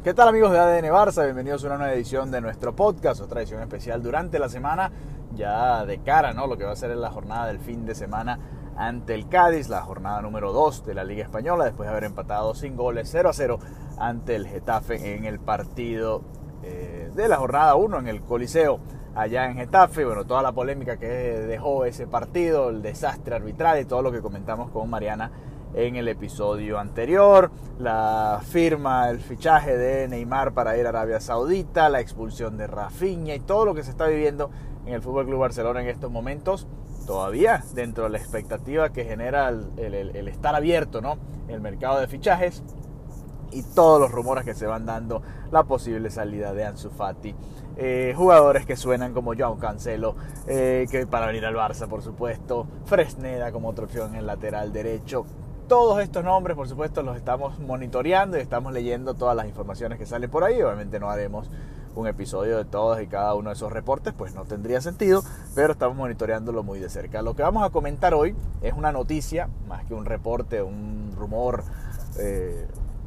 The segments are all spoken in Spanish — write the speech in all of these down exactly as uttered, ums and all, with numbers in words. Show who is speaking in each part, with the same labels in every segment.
Speaker 1: ¿Qué tal, amigos de A D N Barça? Bienvenidos a una nueva edición de nuestro podcast, otra edición especial durante la semana, ya de cara, ¿no? Lo que va a ser la jornada del fin de semana ante el Cádiz, la jornada número dos de la Liga Española, después de haber empatado sin goles cero a cero ante el Getafe en el partido eh, de la jornada uno en el Coliseo allá en Getafe. Bueno, toda la polémica que dejó ese partido, el desastre arbitral y todo lo que comentamos con Mariana en el episodio anterior, la firma, el fichaje de Neymar para ir a Arabia Saudita, la expulsión de Rafinha y todo lo que se está viviendo en el F C Barcelona en estos momentos, todavía dentro de la expectativa que genera el, el, el estar abierto, ¿no?, el mercado de fichajes y todos los rumores que se van dando, la posible salida de Ansu Fati, eh, jugadores que suenan como Joao Cancelo, eh, que para venir al Barça, por supuesto, Fresneda como otra opción en el lateral derecho. Todos estos nombres, por supuesto, los estamos monitoreando y estamos leyendo todas las informaciones que salen por ahí. Obviamente no haremos un episodio de todos y cada uno de esos reportes, pues no tendría sentido, pero estamos monitoreándolo muy de cerca. Lo que vamos a comentar hoy es una noticia, más que un reporte, un rumor eh,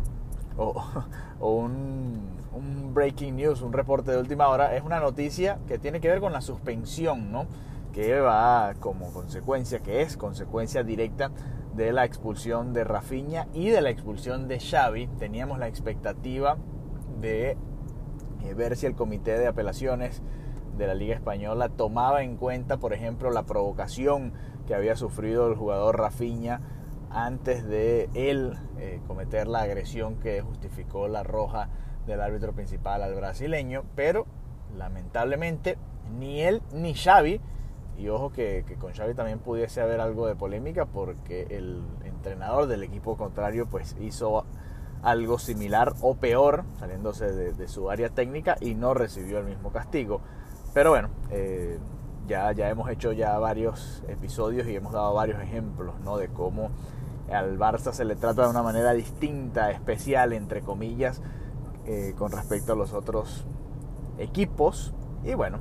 Speaker 1: o, o un, un breaking news, un reporte de última hora. Es una noticia que tiene que ver con la suspensión, ¿no?, que va como consecuencia, que es consecuencia directa de la expulsión de Rafinha y de la expulsión de Xavi. Teníamos la expectativa de eh, ver si el comité de apelaciones de la Liga Española tomaba en cuenta, por ejemplo, la provocación que había sufrido el jugador Rafinha antes de él eh, cometer la agresión que justificó la roja del árbitro principal al brasileño, pero lamentablemente ni él ni Xavi. Y ojo que, que con Xavi también pudiese haber algo de polémica, porque el entrenador del equipo contrario pues hizo algo similar o peor, saliéndose de, de su área técnica, y no recibió el mismo castigo. Pero bueno, eh, ya, ya hemos hecho ya varios episodios y hemos dado varios ejemplos, ¿no?, de cómo al Barça se le trata de una manera distinta, especial, entre comillas, eh, con respecto a los otros equipos. Y bueno,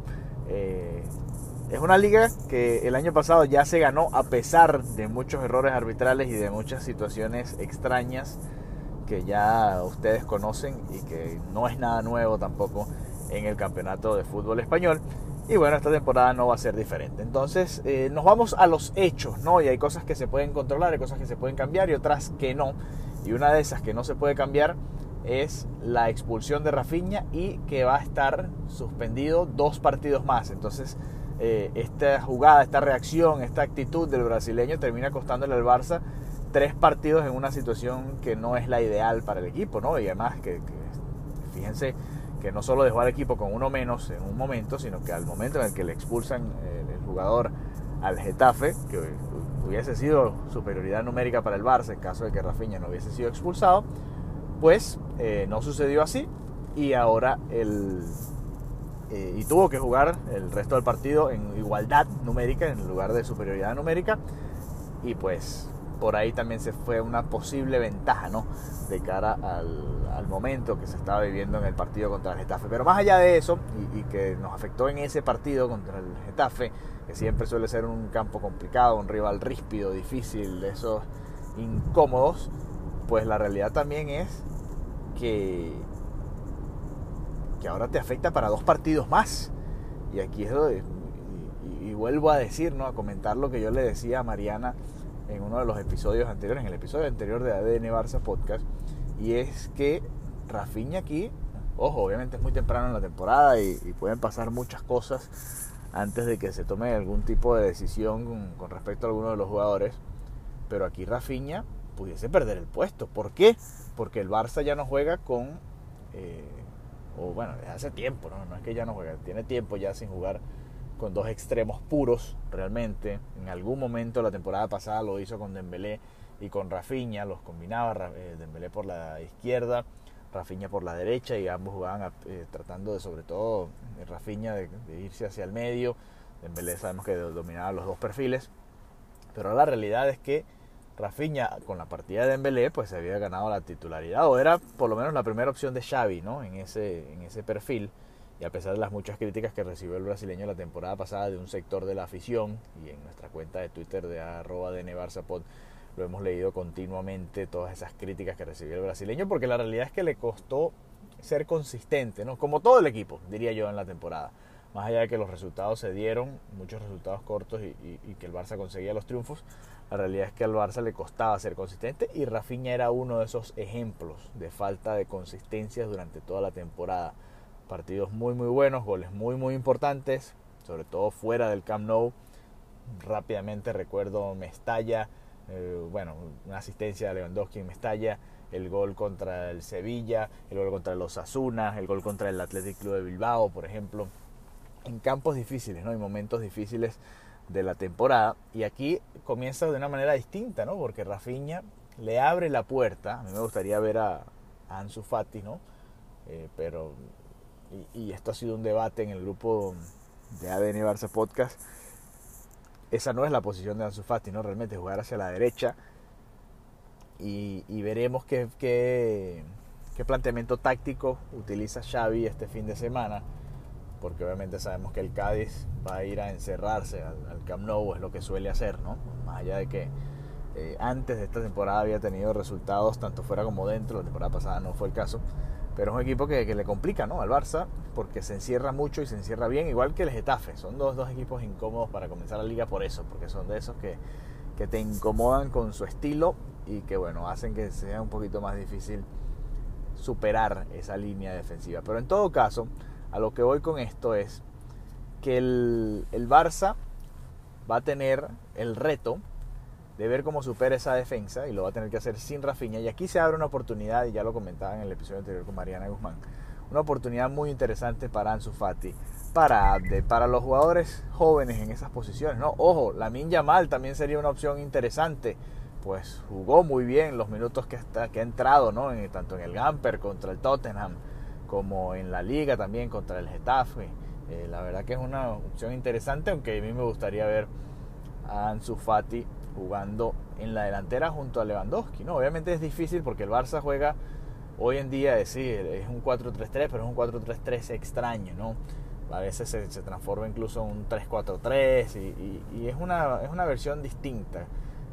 Speaker 1: eh, es una liga que el año pasado ya se ganó a pesar de muchos errores arbitrales y de muchas situaciones extrañas que ya ustedes conocen y que no es nada nuevo tampoco en el campeonato de fútbol español. Y bueno, esta temporada no va a ser diferente. Entonces eh, nos vamos a los hechos, ¿no? Y hay cosas que se pueden controlar, hay cosas que se pueden cambiar y otras que no. Y una de esas que no se puede cambiar es la expulsión de Rafinha, y que va a estar suspendido dos partidos más. Entonces Eh, esta jugada, esta reacción, esta actitud del brasileño termina costándole al Barça tres partidos en una situación que no es la ideal para el equipo, ¿no? Y además que, que fíjense que no solo dejó al equipo con uno menos en un momento, sino que al momento en el que le expulsan el, el jugador al Getafe, que hubiese sido superioridad numérica para el Barça en caso de que Rafinha no hubiese sido expulsado, pues eh, no sucedió así, y ahora el Eh, y tuvo que jugar el resto del partido en igualdad numérica en lugar de superioridad numérica, y pues por ahí también se fue una posible ventaja, ¿no?, de cara al, al momento que se estaba viviendo en el partido contra el Getafe. Pero más allá de eso, y, y que nos afectó en ese partido contra el Getafe, que siempre suele ser un campo complicado, un rival ríspido, difícil, de esos incómodos, pues la realidad también es que que ahora te afecta para dos partidos más. Y aquí es donde, y, y, y vuelvo a decir, ¿no?, a comentar lo que yo le decía a Mariana en uno de los episodios anteriores, en el episodio anterior de A D N Barça Podcast, y es que Rafinha aquí, ojo, obviamente es muy temprano en la temporada y, y pueden pasar muchas cosas antes de que se tome algún tipo de decisión con, con respecto a alguno de los jugadores, pero aquí Rafinha pudiese perder el puesto. ¿Por qué? Porque el Barça ya no juega con eh, o bueno, desde hace tiempo, ¿no? No es que ya no juega, tiene tiempo ya sin jugar con dos extremos puros realmente. En algún momento la temporada pasada lo hizo con Dembélé y con Rafinha, los combinaba, eh, Dembélé por la izquierda, Rafinha por la derecha, y ambos jugaban eh, tratando de, sobre todo Rafinha, de, de irse hacia el medio. Dembélé sabemos que dominaba los dos perfiles, pero la realidad es que Rafinha, con la partida de Dembélé, pues se había ganado la titularidad, o era por lo menos la primera opción de Xavi, ¿no?, en ese, en ese perfil. Y a pesar de las muchas críticas que recibió el brasileño la temporada pasada de un sector de la afición, y en nuestra cuenta de Twitter de arroba dnbarzapod lo hemos leído continuamente, todas esas críticas que recibió el brasileño, porque la realidad es que le costó ser consistente, ¿no? Como todo el equipo, diría yo, en la temporada. Más allá de que los resultados se dieron, muchos resultados cortos y, y, y que el Barça conseguía los triunfos, la realidad es que al Barça le costaba ser consistente y Rafinha era uno de esos ejemplos de falta de consistencia durante toda la temporada. Partidos muy muy buenos, goles muy muy importantes, sobre todo fuera del Camp Nou. Rápidamente recuerdo Mestalla, eh, bueno, una asistencia de Lewandowski en Mestalla, el gol contra el Sevilla, el gol contra el Osasuna, el gol contra el Athletic Club de Bilbao, por ejemplo, en campos difíciles, ¿no? En momentos difíciles de la temporada. Y aquí comienza de una manera distinta, ¿no? Porque Rafinha le abre la puerta. A mí me gustaría ver a, a Ansu Fati, ¿no? Eh, pero, y, y esto ha sido un debate en el grupo de A D N Barça Podcast. Esa no es la posición de Ansu Fati, ¿no? Realmente jugar hacia la derecha. Y, y veremos qué, qué, qué planteamiento táctico utiliza Xavi este fin de semana, porque obviamente sabemos que el Cádiz va a ir a encerrarse al, al Camp Nou, es lo que suele hacer, ¿no? Más allá de que eh, antes de esta temporada había tenido resultados tanto fuera como dentro, la temporada pasada no fue el caso, pero es un equipo que, que le complica, ¿no?, al Barça, porque se encierra mucho y se encierra bien, igual que el Getafe. Son dos, dos equipos incómodos para comenzar la liga por eso, porque son de esos que, que te incomodan con su estilo y que, bueno, hacen que sea un poquito más difícil superar esa línea defensiva. Pero en todo caso, a lo que voy con esto es que el, el Barça va a tener el reto de ver cómo supera esa defensa, y lo va a tener que hacer sin Rafinha. Y aquí se abre una oportunidad, y ya lo comentaba en el episodio anterior con Mariana Guzmán, una oportunidad muy interesante para Ansu Fati, para Abde, para los jugadores jóvenes en esas posiciones, ¿no? Ojo, Lamine Yamal también sería una opción interesante, pues jugó muy bien los minutos que, está, que ha entrado, ¿no? En, tanto en el Gamper contra el Tottenham, como en la Liga también contra el Getafe. Eh, la verdad que es una opción interesante, aunque a mí me gustaría ver a Ansu Fati jugando en la delantera junto a Lewandowski, ¿no? Obviamente es difícil porque el Barça juega hoy en día, es decir, es un cuatro tres tres, pero es un cuatro tres tres extraño, ¿no? A veces se, se transforma incluso en un tres cuatro tres y, y, y es, una, es una versión distinta.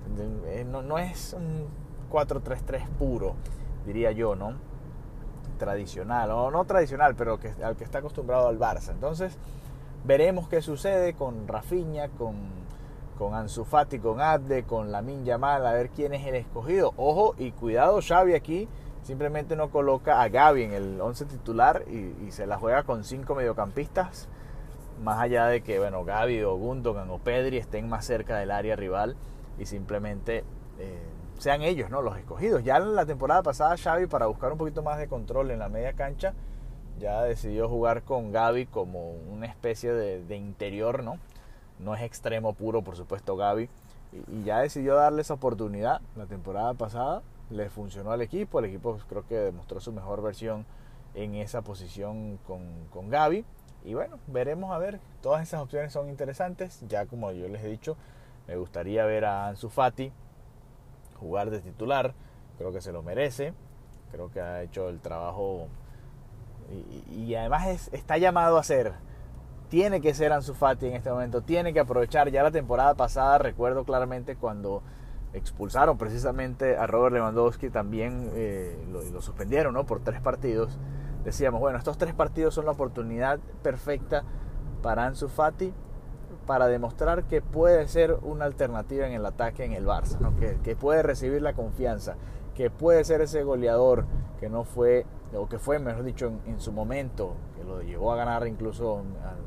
Speaker 1: No, no es un cuatro tres tres puro, diría yo, ¿no? Tradicional, o no tradicional, pero que, al que está acostumbrado al Barça. Entonces veremos qué sucede con Rafinha, con, con Ansu Fati, con Abde, con Lamine Yamal, a ver quién es el escogido. Ojo y cuidado, Xavi aquí simplemente no coloca a Gavi en el once titular y, y se la juega con cinco mediocampistas, más allá de que, bueno, Gavi o Gundogan o Pedri estén más cerca del área rival y simplemente eh, sean ellos, ¿no?, los escogidos. Ya en la temporada pasada Xavi, para buscar un poquito más de control en la media cancha, ya decidió jugar con Gavi como una especie de, de interior, ¿no? No es extremo puro, por supuesto, Gavi, y, y ya decidió darle esa oportunidad. La temporada pasada le funcionó al equipo, el equipo creo que demostró su mejor versión en esa posición con, con Gavi, y bueno, veremos a ver. Todas esas opciones son interesantes. Ya como yo les he dicho, me gustaría ver a Ansu Fati jugar de titular, creo que se lo merece, creo que ha hecho el trabajo y, y además es, está llamado a ser, tiene que ser Ansu Fati en este momento, tiene que aprovechar. Ya la temporada pasada recuerdo claramente cuando expulsaron precisamente a Robert Lewandowski, también eh, lo, lo suspendieron, ¿no?, por tres partidos. Decíamos, bueno, estos tres partidos son la oportunidad perfecta para Ansu Fati para demostrar que puede ser una alternativa en el ataque en el Barça, ¿no?, que, que puede recibir la confianza, que puede ser ese goleador que no fue, o que fue, mejor dicho, en, en su momento, que lo llevó a ganar incluso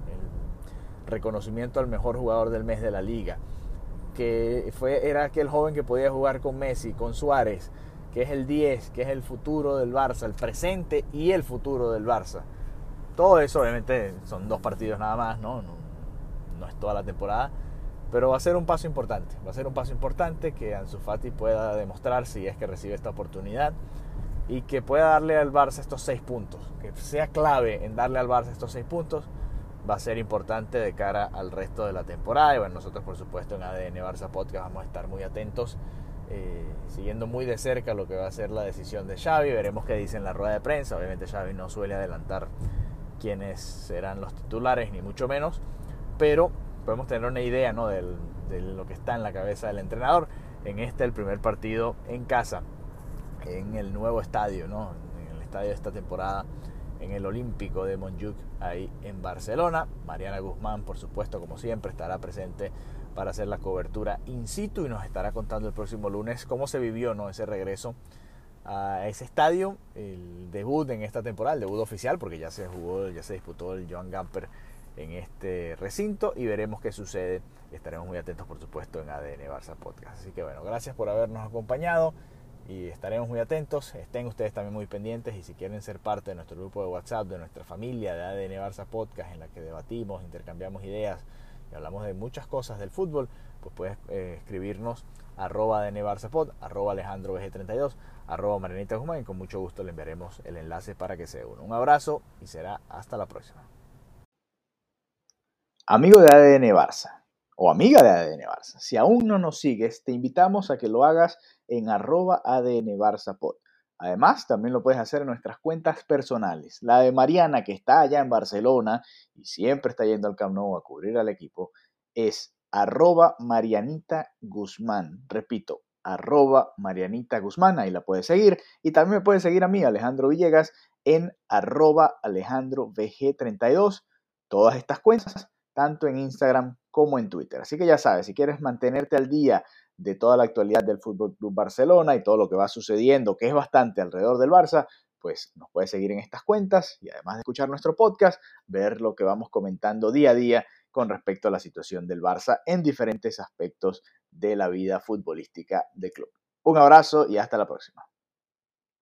Speaker 1: el reconocimiento al mejor jugador del mes de la Liga, que fue, era aquel joven que podía jugar con Messi, con Suárez, que es el diez, que es el futuro del Barça, el presente y el futuro del Barça. Todo eso obviamente son dos partidos nada más, ¿no? No, no es toda la temporada, pero va a ser un paso importante, va a ser un paso importante que Ansu Fati pueda demostrar si es que recibe esta oportunidad y que pueda darle al Barça estos seis puntos, que sea clave en darle al Barça estos seis puntos. Va a ser importante de cara al resto de la temporada. Y bueno, nosotros por supuesto en A D N Barça Podcast vamos a estar muy atentos, eh, siguiendo muy de cerca lo que va a ser la decisión de Xavi. Veremos qué dice en la rueda de prensa. Obviamente Xavi no suele adelantar quiénes serán los titulares, ni mucho menos, pero podemos tener una idea, ¿no?, del, de lo que está en la cabeza del entrenador. En este, el primer partido en casa, en el nuevo estadio, ¿no?, en el estadio esta temporada en el Olímpico de Montjuïc, ahí en Barcelona. Mariana Guzmán, por supuesto, como siempre, estará presente para hacer la cobertura in situ y nos estará contando el próximo lunes cómo se vivió, ¿no?, ese regreso a ese estadio, el debut en esta temporada, el debut oficial, porque ya se jugó, ya se disputó el Joan Gamper en este recinto, y veremos qué sucede. Estaremos muy atentos, por supuesto, en A D N Barça Podcast. Así que bueno, gracias por habernos acompañado y estaremos muy atentos. Estén ustedes también muy pendientes, y si quieren ser parte de nuestro grupo de WhatsApp, de nuestra familia de A D N Barça Podcast, en la que debatimos, intercambiamos ideas y hablamos de muchas cosas del fútbol, pues puedes eh, escribirnos arroba A D N Barça Pod, arroba Alejandro V G treinta y dos, arroba Marianita Guzmán, y con mucho gusto le enviaremos el enlace para que se una. Un abrazo y será hasta la próxima. Amigo de A D N Barça o amiga de A D N Barça, si aún no nos sigues, te invitamos a que lo hagas en arroba A D N Barça Pod. Además, también lo puedes hacer en nuestras cuentas personales. La de Mariana, que está allá en Barcelona y siempre está yendo al Camp Nou a cubrir al equipo, es arroba Marianita Guzmán. Repito, arroba Marianita Guzmán, ahí la puedes seguir. Y también me puedes seguir a mí, Alejandro Villegas, en arroba Alejandro V G treinta y dos. Todas estas cuentas, tanto en Instagram como en Twitter. Así que ya sabes, si quieres mantenerte al día de toda la actualidad del Fútbol Club Barcelona y todo lo que va sucediendo, que es bastante alrededor del Barça, pues nos puedes seguir en estas cuentas y, además de escuchar nuestro podcast, ver lo que vamos comentando día a día con respecto a la situación del Barça en diferentes aspectos de la vida futbolística del club. Un abrazo y hasta la próxima.